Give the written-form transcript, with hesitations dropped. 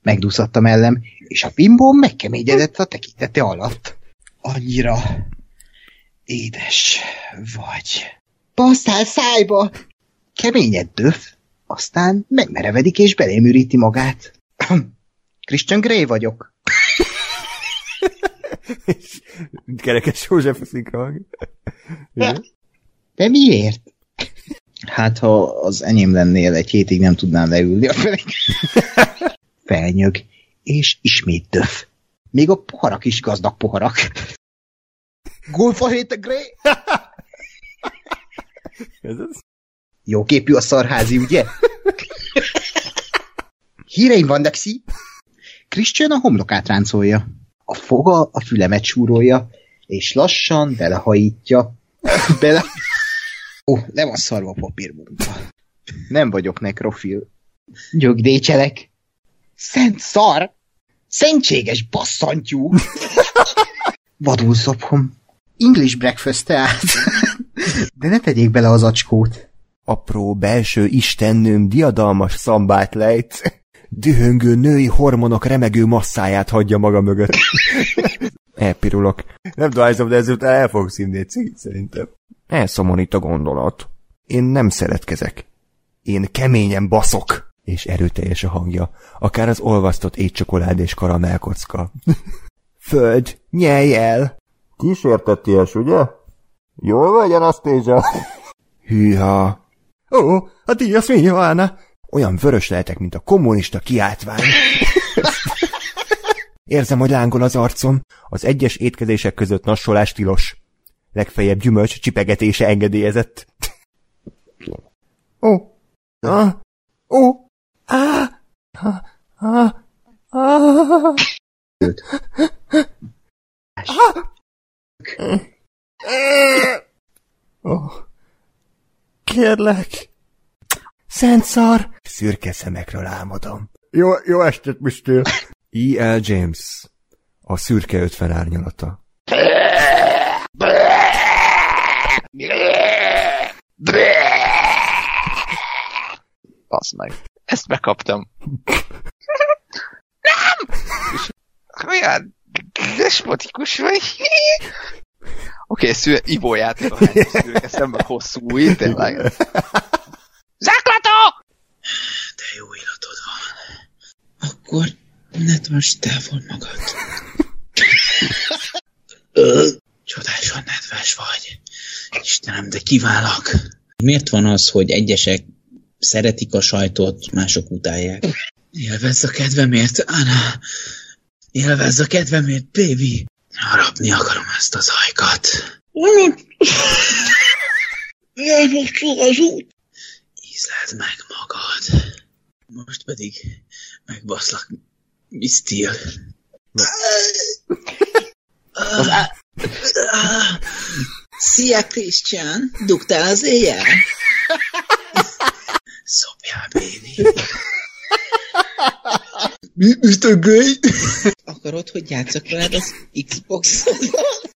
Megdúszadt a mellem, és a bimbóm megkeményedett a tekintete alatt. Annyira édes vagy. Basszál szájba! Keményed döf, aztán megmerevedik és belém üríti magát. Christian Grey vagyok. Kerekes József a szinkron. De miért? Hát, ha az enyém lennél, egy hétig nem tudnám leülni a felé. Felnyög, és ismét döf. Még a poharak is gazdag poharak. Golfa hét a Grey? Ez az? Jó képű a szarházi, ugye? Híreim vannak, szí? Christian a homlokát ráncolja. A foga a fülemet súrolja, és lassan belehajítja. Le van szarva a papírmunka. Nem vagyok nekrofil. Nyögdécselek. Szent szar! Szentséges basszantyú! Vadul szopom. English breakfast tehát. De ne tegyék bele az acskót. Apró belső istennőm diadalmas szambát lejt. Dühöngő női hormonok remegő masszáját hagyja maga mögött. Elpirulok. Nem dohányzom, de ezután el fogok szívni egy cigit szerintem. Elszomorít a gondolat. Én nem szeretkezek. Én keményen baszok. És erőteljes a hangja. Akár az olvasztott étcsokoládés karamellkocka. Föld, nyelj el! Kísértetties, ugye? Jól vagy, Anastasia? Hűha! Ó, a díjas mi Johanna? Olyan vörös lehetek, mint a kommunista kiáltvány. Érzem, hogy lángol az arcom. Az egyes étkezések között nassolás tilos. Legfeljebb gyümölcs csipegetése engedélyezett. Ó! Ó! Kérlek! Szent szar! Szürke szemekről álmodom. Jó estet, Mr. E.L. James. A szürke 50 árnyalata. Basz meg. Ezt megkaptam. Nem! Olyan despotikus vagy. Oké, ivójáték a szürke szemben hosszú új, tényleg. Záklató! De jó illatod van. Akkor ne tartsd távol magad. Csodásan nedves vagy. Istenem, de kiválak. Miért van az, hogy egyesek szeretik a sajtot, mások utálják? Élvezz a kedvemért, Anna. Élvezz a kedvemért, baby. Harapni akarom ezt az ajkat. Ízleld meg magad. Most pedig megbaszlak, Miss Steele. Szia, Christian! Dugtál az éjjel? Szopjál, baby. Mr. Grey? Akarod, hogy játsszak veled az Xbox-on?